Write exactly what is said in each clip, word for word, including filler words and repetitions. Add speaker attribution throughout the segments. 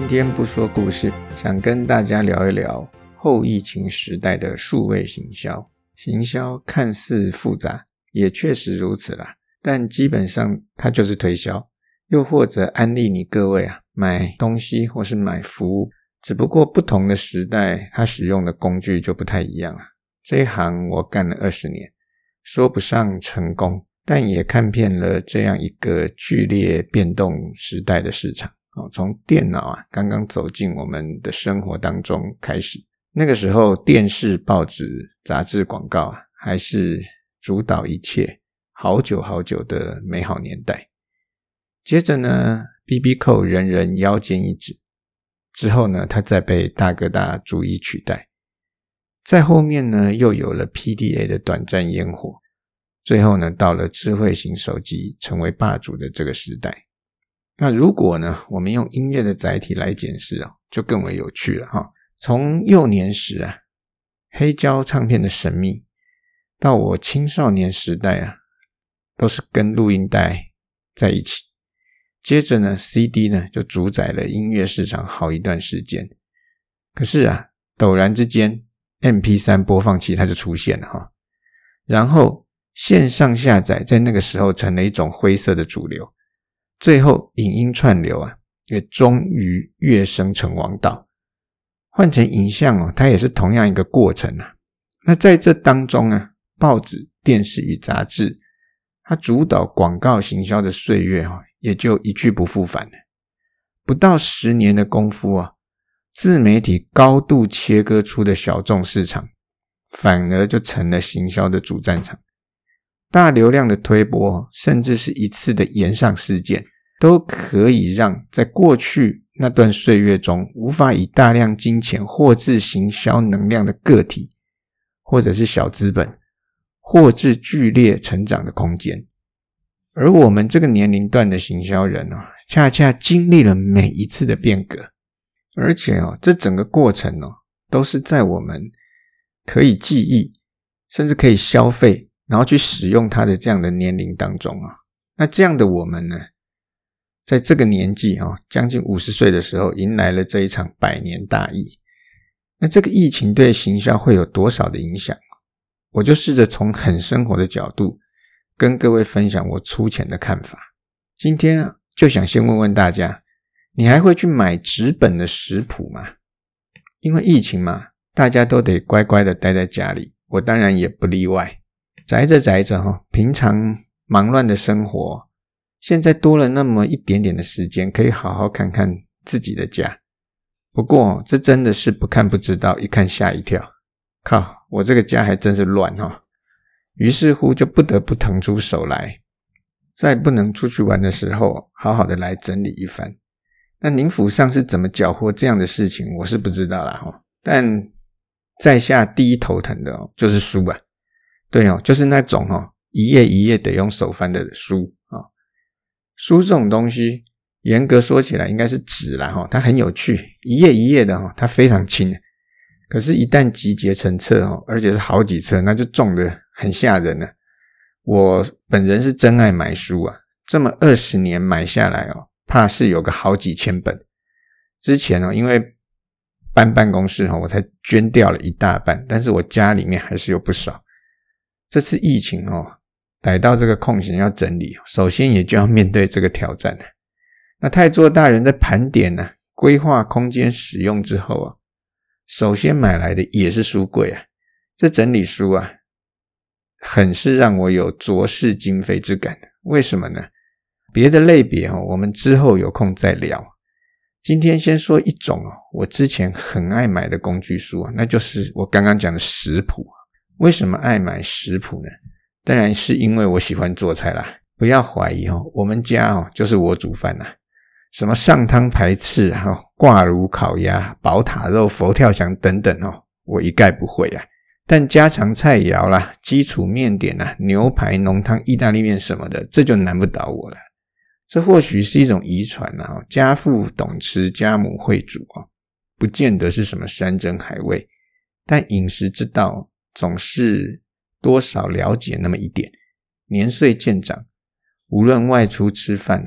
Speaker 1: 今天不说故事，想跟大家聊一聊后疫情时代的数位行销。行销看似复杂，也确实如此啦，但基本上它就是推销，又或者安利你各位啊买东西或是买服务，只不过不同的时代它使用的工具就不太一样了。这一行我干了二十年，说不上成功，但也看遍了这样一个剧烈变动时代的市场。从电脑啊刚刚走进我们的生活当中开始，那个时候电视、报纸、杂志、广告啊还是主导一切，好久好久的美好年代。接着呢 B B 扣人人腰间一指，之后呢它再被大哥大逐一取代，在后面呢又有了 P D A 的短暂烟火，最后呢到了智慧型手机成为霸主的这个时代。那如果呢我们用音乐的载体来检视哦，就更为有趣了哈。从幼年时啊黑胶唱片的神秘，到我青少年时代啊都是跟录音带在一起。接着呢 C D 呢就主宰了音乐市场好一段时间。可是啊陡然之间 M P 三 播放器它就出现了哈。然后线上下载在那个时候成了一种灰色的主流。最后影音串流啊也终于跃升成王道。换成影像哦，它也是同样一个过程啊。那在这当中啊，报纸、电视与杂志它主导广告行销的岁月哦，也就一去不复返了。不到十年的功夫啊，自媒体高度切割出的小众市场反而就成了行销的主战场。大流量的推播，甚至是一次的炎上事件，都可以让在过去那段岁月中无法以大量金钱获致行销能量的个体，或者是小资本，获致剧烈成长的空间。而我们这个年龄段的行销人哦，恰恰经历了每一次的变革，而且哦，这整个过程哦，都是在我们可以记忆，甚至可以消费，然后去使用它的这样的年龄当中啊。那这样的我们呢，在这个年纪啊，将近五十岁的时候，迎来了这一场百年大疫。那这个疫情对行销会有多少的影响？我就试着从很生活的角度跟各位分享我粗浅的看法。今天就想先问问大家，你还会去买纸本的食谱吗？因为疫情嘛，大家都得乖乖的待在家里，我当然也不例外。宅着宅着平常忙乱的生活，现在多了那么一点点的时间，可以好好看看自己的家。不过这真的是不看不知道，一看吓一跳。靠，我这个家还真是乱齁。于是乎就不得不腾出手来，在不能出去玩的时候，好好的来整理一番。那您府上是怎么搅和这样的事情，我是不知道啦齁。但在下第一头疼的哦，就是书啊。对哦，就是那种哦，一页一页得用手翻的书啊、哦。书这种东西，严格说起来应该是纸啦哈、哦，它很有趣，一页一页的哈、哦，它非常轻。可是，一旦集结成册哦，而且是好几册，那就重得很吓人了。我本人是真爱买书啊，这么二十年买下来哦，怕是有个好几千本。之前哦，因为搬办公室哦，我才捐掉了一大半，但是我家里面还是有不少。这次疫情哦，逮到这个空闲要整理，首先也就要面对这个挑战。那太座大人在盘点啊，规划空间使用之后啊，首先买来的也是书柜啊。这整理书啊，很是让我有浊世今非之感。为什么呢？别的类别哦，我们之后有空再聊。今天先说一种哦，我之前很爱买的工具书啊，那就是我刚刚讲的食谱。为什么爱买食谱呢？当然是因为我喜欢做菜啦。不要怀疑哦，我们家哦就是我煮饭啦。什么上汤排翅、哦、挂炉烤鸭、宝塔肉、佛跳墙等等哦，我一概不会啊。但家常菜肴啦、基础面点啊、牛排、浓汤、意大利面什么的，这就难不倒我了。这或许是一种遗传啊，家父懂吃，家母会煮哦，不见得是什么山珍海味，但饮食之道总是多少了解那么一点。年岁渐长，无论外出吃饭哦，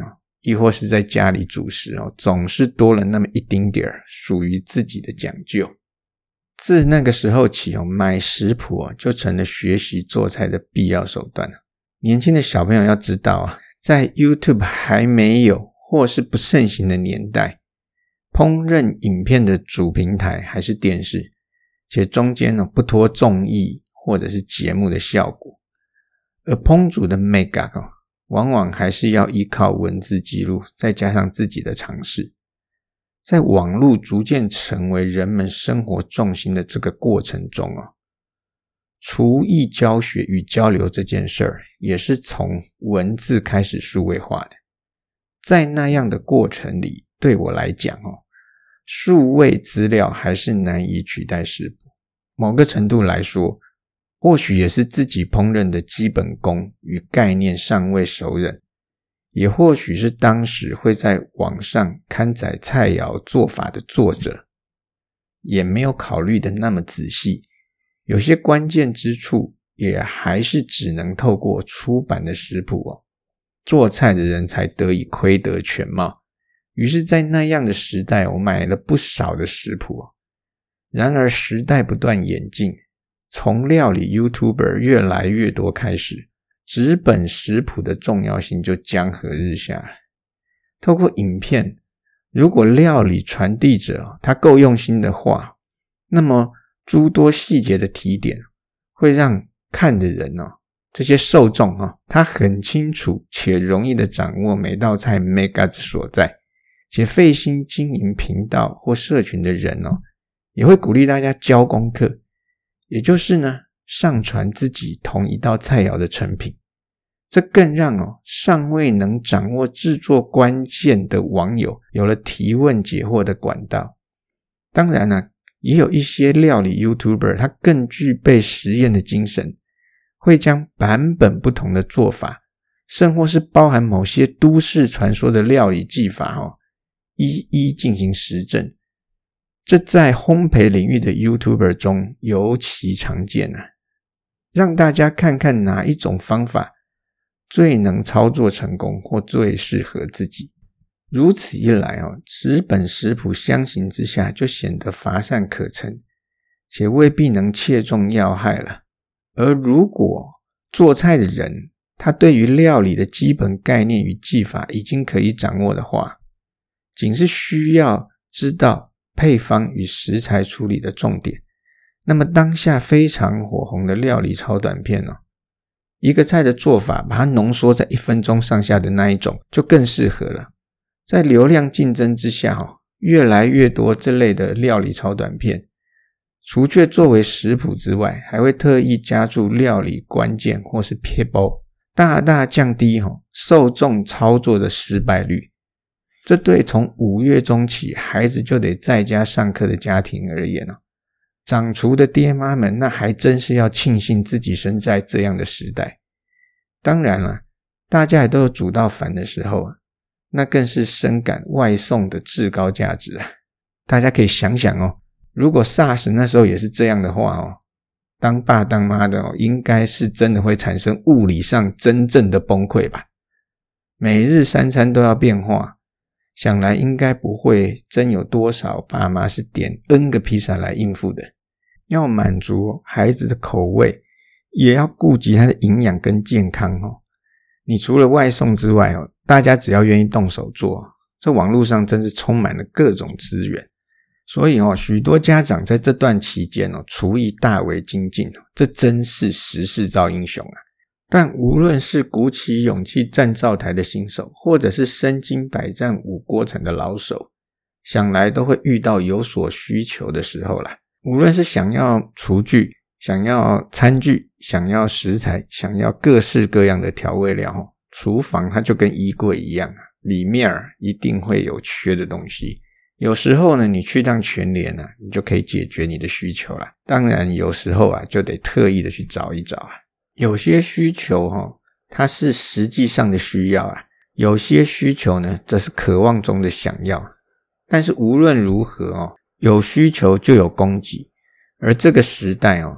Speaker 1: 亦或是在家里煮食哦，总是多了那么一丁点儿属于自己的讲究。自那个时候起哦，买食谱哦就成了学习做菜的必要手段。年轻的小朋友要知道啊，在 YouTube 还没有或是不盛行的年代，烹饪影片的主平台还是电视，且中间呢不脱综艺或者是节目的效果，而烹煮的美感哦，往往还是要依靠文字记录，再加上自己的尝试。在网络逐渐成为人们生活重心的这个过程中哦，厨艺教学与交流这件事儿也是从文字开始数位化的。在那样的过程里，对我来讲哦，数位资料还是难以取代食谱。某个程度来说，或许也是自己烹饪的基本功与概念尚未熟稔，也或许是当时会在网上刊载菜肴做法的作者也没有考虑的那么仔细，有些关键之处也还是只能透过出版的食谱哦，做菜的人才得以窥得全貌。于是在那样的时代，我买了不少的食谱哦。然而时代不断演进，从料理 YouTuber 越来越多开始，纸本食谱的重要性就江河日下了。透过影片，如果料理传递者他够用心的话，那么诸多细节的提点会让看的人哦，这些受众哦，他很清楚且容易的掌握每道菜 mega 之所在，且费心经营频道或社群的人哦，也会鼓励大家交功课，也就是呢，上传自己同一道菜肴的成品。这更让哦尚未能掌握制作关键的网友有了提问解惑的管道。当然呢、啊，也有一些料理 YouTuber 他更具备实验的精神，会将版本不同的做法，甚或是包含某些都市传说的料理技法哦，一一进行实证。这在烘焙领域的 YouTuber 中尤其常见啊，让大家看看哪一种方法最能操作成功或最适合自己。如此一来哦，纸本食谱相形之下就显得乏善可陈，且未必能切中要害了。而如果做菜的人他对于料理的基本概念与技法已经可以掌握的话，仅是需要知道配方与食材处理的重点，那么当下非常火红的料理超短片哦，一个菜的做法把它浓缩在一分钟上下的那一种就更适合了。在流量竞争之下哦，越来越多这类的料理超短片，除却作为食谱之外，还会特意加注料理关键或是撇步，大大降低哦受众操作的失败率。这对从五月中起孩子就得在家上课的家庭而言哦，掌厨的爹妈们那还真是要庆幸自己生在这样的时代。当然了，大家也都有煮到烦的时候，那更是深感外送的至高价值啊！大家可以想想哦，如果 SARS 那时候也是这样的话哦，当爸当妈的哦，应该是真的会产生物理上真正的崩溃吧。每日三餐都要变化，想来应该不会真有多少爸妈是点 N 个披萨来应付的。要满足孩子的口味，也要顾及他的营养跟健康哦。你除了外送之外哦，大家只要愿意动手做，这网络上真是充满了各种资源。所以哦，许多家长在这段期间哦，厨艺大为精进，这真是时势造英雄啊。但无论是鼓起勇气站灶台的新手，或者是身经百战五锅城的老手，想来都会遇到有所需求的时候啦。无论是想要厨具，想要餐具，想要食材，想要各式各样的调味料，厨房它就跟衣柜一样，里面一定会有缺的东西。有时候呢，你去趟全联啊，你就可以解决你的需求啦。当然有时候啊，就得特意的去找一找啊。有些需求哦，它是实际上的需要啊，有些需求呢，则是渴望中的想要。但是无论如何哦，有需求就有供给，而这个时代哦，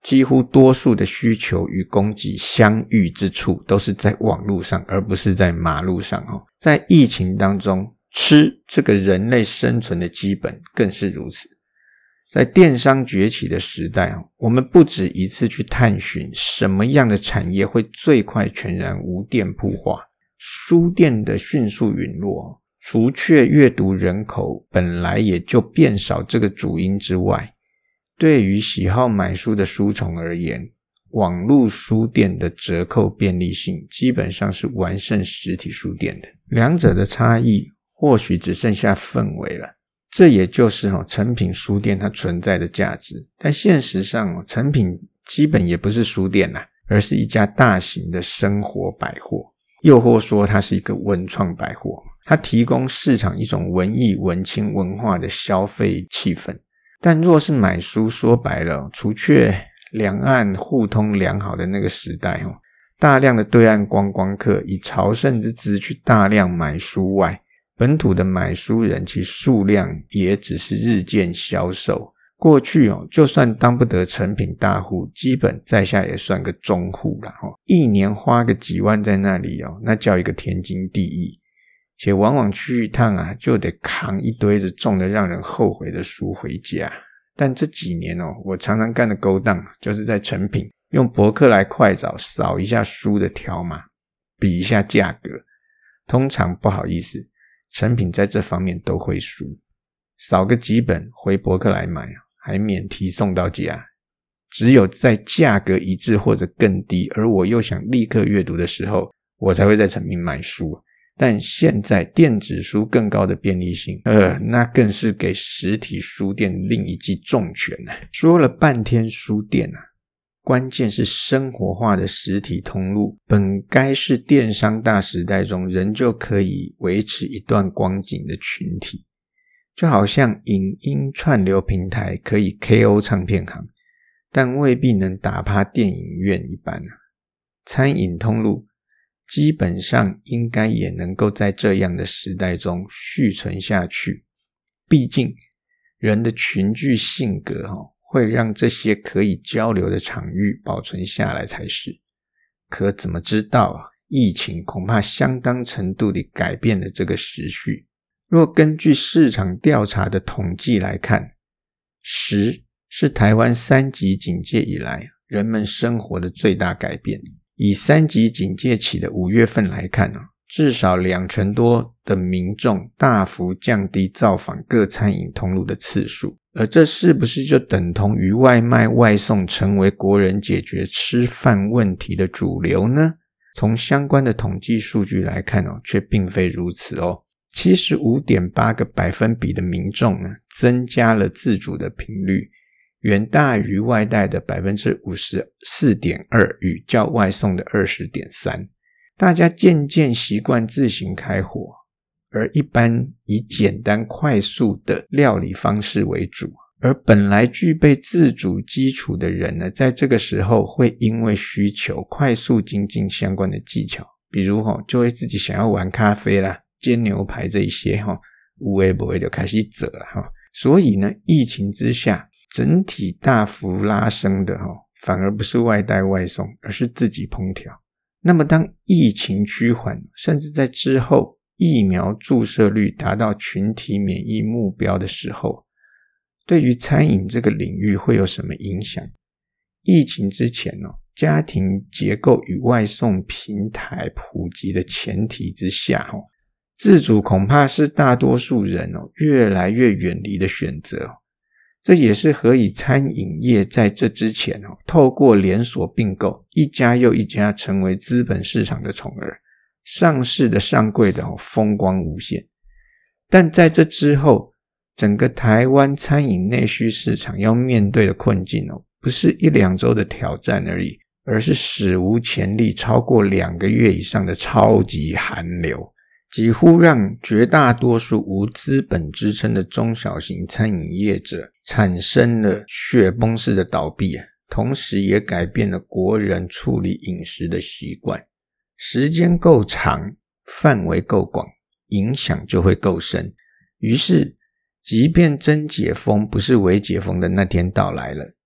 Speaker 1: 几乎多数的需求与供给相遇之处都是在网络上，而不是在马路上。在疫情当中，吃这个人类生存的基本更是如此。在电商崛起的时代，我们不止一次去探寻什么样的产业会最快全然无店铺化。书店的迅速陨落，除却阅读人口本来也就变少这个主因之外，对于喜好买书的书虫而言，网络书店的折扣便利性基本上是完胜实体书店的。两者的差异或许只剩下氛围了。这也就是哦，诚品书店它存在的价值。但现实上哦，诚品基本也不是书店啦，而是一家大型的生活百货，又或说它是一个文创百货。它提供市场一种文艺文青文化的消费气氛。但若是买书，说白了，除却两岸互通良好的那个时代哦，大量的对岸观光客以朝圣之姿去大量买书外，本土的买书人其数量也只是日渐消瘦。过去哦，就算当不得诚品大户，基本在下也算个中户啦哦，一年花个几万在那里哦，那叫一个天经地义。且往往去一趟啊，就得扛一堆子重的让人后悔的书回家。但这几年哦，我常常干的勾当就是在诚品用博客来快找扫一下书的条码，比一下价格。通常不好意思，诚品在这方面都会输，扫个几本回博客来买，还免提送到家。只有在价格一致或者更低，而我又想立刻阅读的时候，我才会在诚品买书。但现在电子书更高的便利性，呃，那更是给实体书店另一记重拳啊！说了半天书店啊，关键是生活化的实体通路，本该是电商大时代中仍旧可以维持一段光景的群体。就好像影音串流平台可以 K O 唱片行，但未必能打趴电影院一般啊。餐饮通路基本上应该也能够在这样的时代中续存下去。毕竟人的群聚性格会让这些可以交流的场域保存下来才是。可怎么知道啊？疫情恐怕相当程度地改变了这个时序。若根据市场调查的统计来看，十是台湾三级警戒以来人们生活的最大改变。以三级警戒起的五月份来看，至少两成多的民众大幅降低造访各餐饮通路的次数，而这是不是就等同于外卖外送成为国人解决吃饭问题的主流呢？从相关的统计数据来看哦，却并非如此哦。七十五点八 个百分比的民众呢，增加了自主的频率，远大于外带的 百分之五十四点二 与叫外送的 二十点三。 大家渐渐习惯自行开火，而一般以简单快速的料理方式为主。而本来具备自主基础的人呢，在这个时候会因为需求快速精进相关的技巧，比如就会自己想要玩咖啡啦、煎牛排这一些有的没的就开始做了。所以呢，疫情之下整体大幅拉升的反而不是外带外送，而是自己烹调。那么当疫情趋缓，甚至在之后疫苗注射率达到群体免疫目标的时候，对于餐饮这个领域会有什么影响？疫情之前家庭结构与外送平台普及的前提之下，自主恐怕是大多数人越来越远离的选择。这也是何以餐饮业在这之前透过连锁并购，一家又一家成为资本市场的宠儿，上市的上柜的风光无限。但在这之后，整个台湾餐饮内需市场要面对的困境不是一两周的挑战而已，而是史无前例超过两个月以上的超级寒流，几乎让绝大多数无资本支撑的中小型餐饮业者产生了雪崩式的倒闭，同时也改变了国人处理饮食的习惯。时间够长，范围够广，影响就会够深。于是即便真解封不是微解封的那天到来了，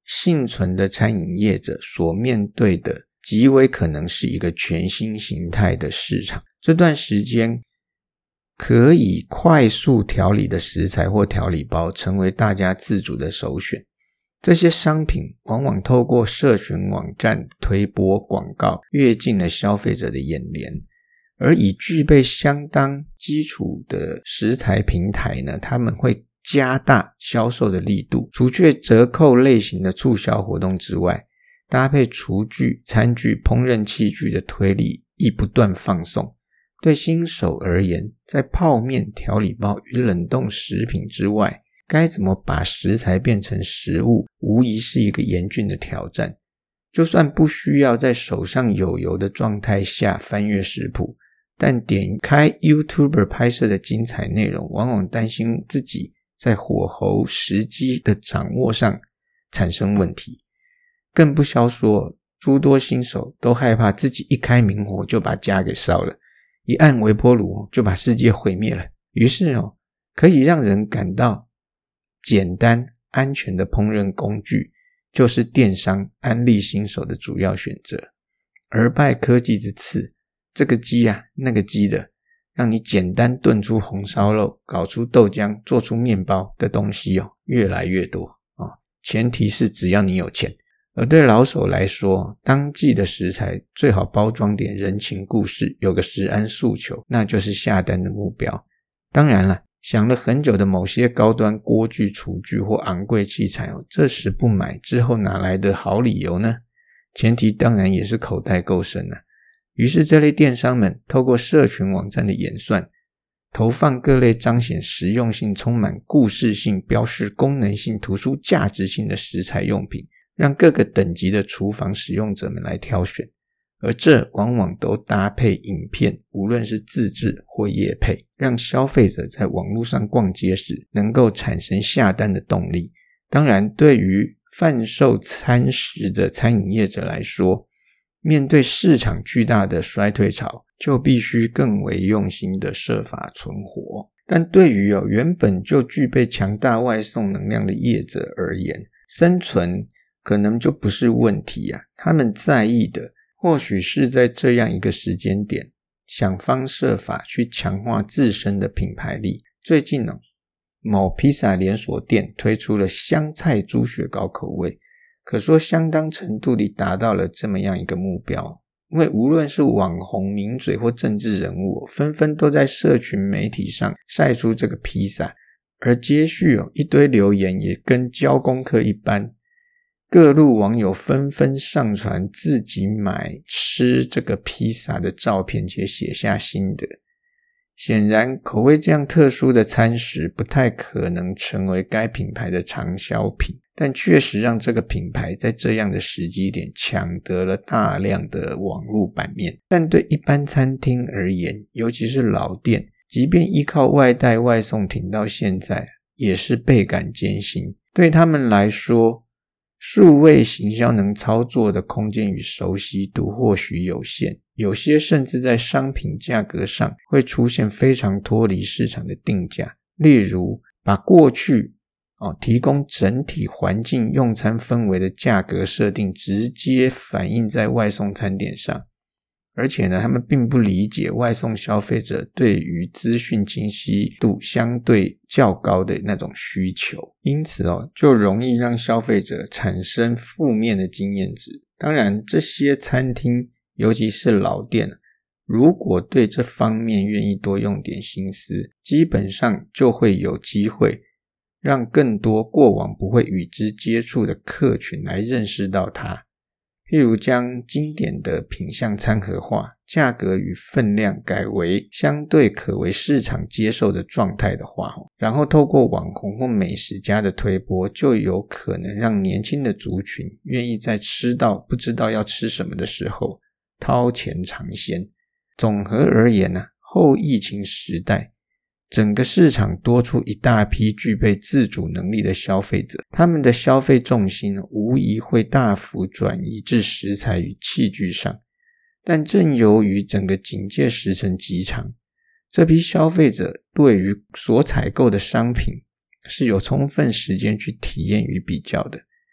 Speaker 1: 幸存的餐饮业者所面对的极为可能是一个全新形态的市场。这段时间可以快速调理的食材或调理包成为大家自主的首选。这些商品往往透过社群网站推播广告跃进了消费者的眼帘，而以具备相当基础的食材平台呢，他们会加大销售的力度，除却折扣类型的促销活动之外，搭配厨具、餐具、烹饪器具的推力亦不断放送。对新手而言，在泡面、调理包与冷冻食品之外，该怎么把食材变成食物，无疑是一个严峻的挑战。就算不需要在手上有油的状态下翻阅食谱，但点开 YouTuber 拍摄的精彩内容，往往担心自己在火候时机的掌握上产生问题。更不消说，诸多新手都害怕自己一开明火就把家给烧了，一按微波炉就把世界毁灭了。于是哦，可以让人感到简单安全的烹饪工具就是电商安利新手的主要选择。而拜科技之赐，这个鸡啊那个鸡的，让你简单炖出红烧肉，搞出豆浆，做出面包的东西哦，越来越多哦。前提是只要你有钱。而对老手来说，当季的食材最好包装点人情故事，有个食安诉求，那就是下单的目标。当然了，想了很久的某些高端锅具、厨具或昂贵器材哦，这时不买，之后哪来的好理由呢？前提当然也是口袋够深啊。于是这类电商们透过社群网站的演算，投放各类彰显实用性、充满故事性、标示功能性、突出价值性的食材用品，让各个等级的厨房使用者们来挑选。而这往往都搭配影片，无论是自制或业配，让消费者在网络上逛街时能够产生下单的动力。当然，对于贩售餐食的餐饮业者来说，面对市场巨大的衰退潮，就必须更为用心的设法存活。但对于、哦、原本就具备强大外送能量的业者而言，生存可能就不是问题啊。他们在意的或许是在这样一个时间点，想方设法去强化自身的品牌力。最近呢、哦，某披萨连锁店推出了香菜猪血糕口味，可说相当程度地达到了这么样一个目标。因为无论是网红、名嘴或政治人物、哦、纷纷都在社群媒体上晒出这个披萨，而接续、哦、一堆留言也跟交功课一般，各路网友纷纷上传自己买吃这个披萨的照片，且写下心得。显然口味这样特殊的餐食不太可能成为该品牌的畅销品，但确实让这个品牌在这样的时机点抢得了大量的网络版面。但对一般餐厅而言，尤其是老店，即便依靠外带外送挺到现在，也是倍感艰辛。对他们来说，数位行销能操作的空间与熟悉度或许有限，有些甚至在商品价格上会出现非常脱离市场的定价，例如把过去、哦、提供整体环境用餐氛围的价格设定直接反映在外送餐点上。而且呢，他们并不理解外送消费者对于资讯清晰度相对较高的那种需求，因此哦，就容易让消费者产生负面的经验值。当然，这些餐厅，尤其是老店，如果对这方面愿意多用点心思，基本上就会有机会让更多过往不会与之接触的客群来认识到它。譬如将经典的品项餐盒化，价格与分量改为相对可为市场接受的状态的话，然后透过网红或美食家的推播，就有可能让年轻的族群愿意在吃到不知道要吃什么的时候掏钱尝鲜。总和而言呢、啊，后疫情时代，整个市场多出一大批具备自主能力的消费者，他们的消费重心无疑会大幅转移至食材与器具上。但正由于整个警戒时程极长，这批消费者对于所采购的商品是有充分时间去体验与比较的，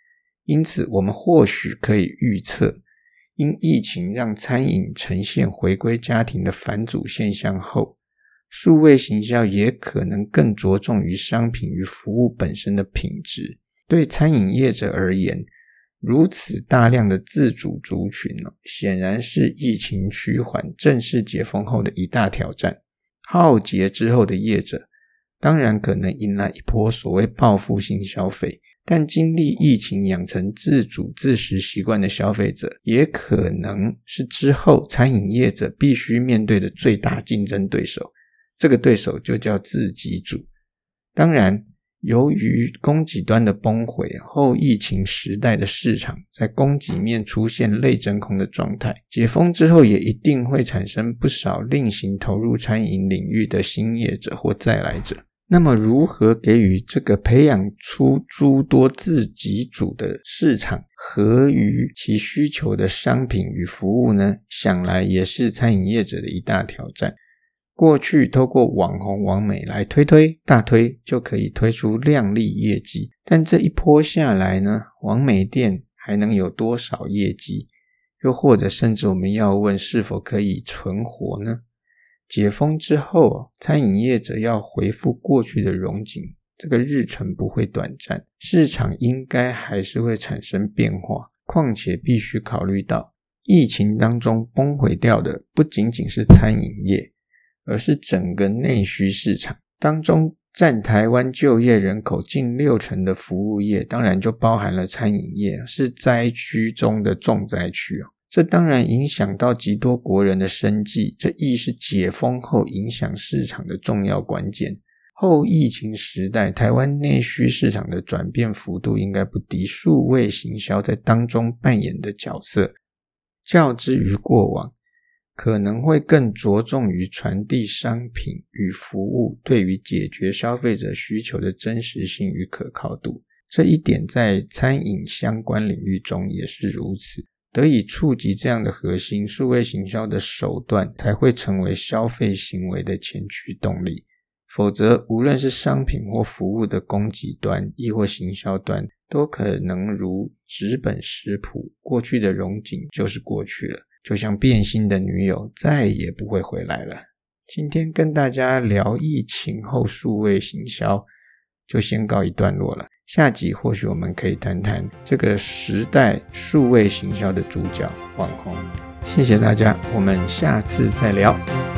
Speaker 1: 因此我们或许可以预测，因疫情让餐饮呈现回归家庭的返祖现象后，数位行销也可能更着重于商品与服务本身的品质。对餐饮业者而言，如此大量的自主族群、哦、显然是疫情趋缓正式解封后的一大挑战。浩劫之后的业者当然可能迎来一波所谓报复性消费，但经历疫情养成自主自食习惯的消费者，也可能是之后餐饮业者必须面对的最大竞争对手，这个对手就叫自给主。当然，由于供给端的崩毁，后疫情时代的市场在供给面出现类真空的状态，解封之后也一定会产生不少另行投入餐饮领域的新业者或再来者。那么如何给予这个培养出诸多自给主的市场合于其需求的商品与服务呢？想来也是餐饮业者的一大挑战。过去透过网红网美来推推大推就可以推出亮丽业绩，但这一波下来呢，网美店还能有多少业绩？又或者甚至我们要问，是否可以存活呢？解封之后，餐饮业者要恢复过去的荣景，这个日程不会短暂，市场应该还是会产生变化。况且必须考虑到，疫情当中崩毁掉的不仅仅是餐饮业，而是整个内需市场当中占台湾就业人口近六成的服务业，当然就包含了餐饮业，是灾区中的重灾区哦。这当然影响到极多国人的生计，这亦是解封后影响市场的重要关键。后疫情时代，台湾内需市场的转变幅度应该不敌数位行销在当中扮演的角色。较之于过往，可能会更着重于传递商品与服务对于解决消费者需求的真实性与可靠度。这一点在餐饮相关领域中也是如此。得以触及这样的核心，数位行销的手段才会成为消费行为的前驱动力。否则，无论是商品或服务的供给端亦或行销端，都可能如纸本食谱，过去的荣景就是过去了，就像变心的女友再也不会回来了。今天跟大家聊疫情后数位行销就先告一段落了，下集或许我们可以谈谈这个时代数位行销的主角网红。谢谢大家，我们下次再聊。